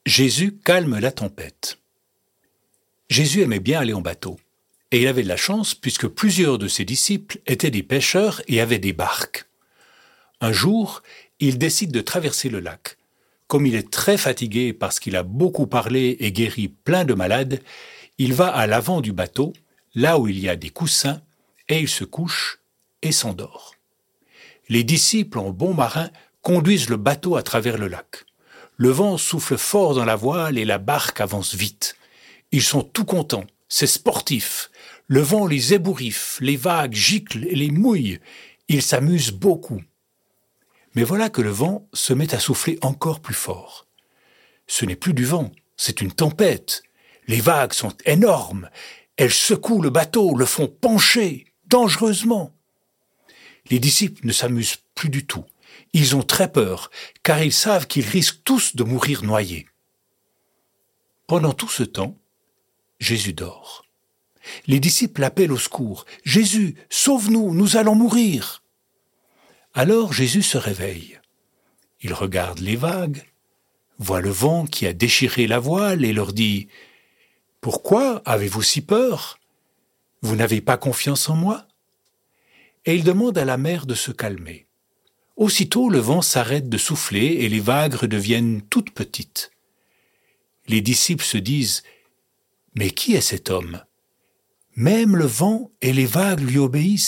Jésus calme la tempête. Jésus aimait bien aller en bateau. Et il avait de la chance puisque plusieurs de ses disciples étaient des pêcheurs et avaient des barques. Un jour, il décide de traverser le lac. Comme il est très fatigué parce qu'il a beaucoup parlé et guéri plein de malades, il va à l'avant du bateau, là où il y a des coussins, et il se couche et s'endort. Les disciples, en bons marins, conduisent le bateau à travers le lac. Le vent souffle fort dans la voile et la barque avance vite. Ils sont tout contents, c'est sportif. Le vent les ébouriffe, les vagues giclent et les mouillent. Ils s'amusent beaucoup. Mais voilà que le vent se met à souffler encore plus fort. Ce n'est plus du vent, c'est une tempête. Les vagues sont énormes. Elles secouent le bateau, le font pencher, dangereusement. Les disciples ne s'amusent plus du tout. Ils ont très peur, car ils savent qu'ils risquent tous de mourir noyés. Pendant tout ce temps, Jésus dort. Les disciples l'appellent au secours. « Jésus, sauve-nous, nous allons mourir !» Alors Jésus se réveille. Il regarde les vagues, voit le vent qui a déchiré la voile et leur dit « Pourquoi avez-vous si peur? Vous n'avez pas confiance en moi ?» Et il demande à la mer de se calmer. Aussitôt, le vent s'arrête de souffler et les vagues redeviennent toutes petites. Les disciples se disent « Mais qui est cet homme ? Même le vent et les vagues lui obéissent. »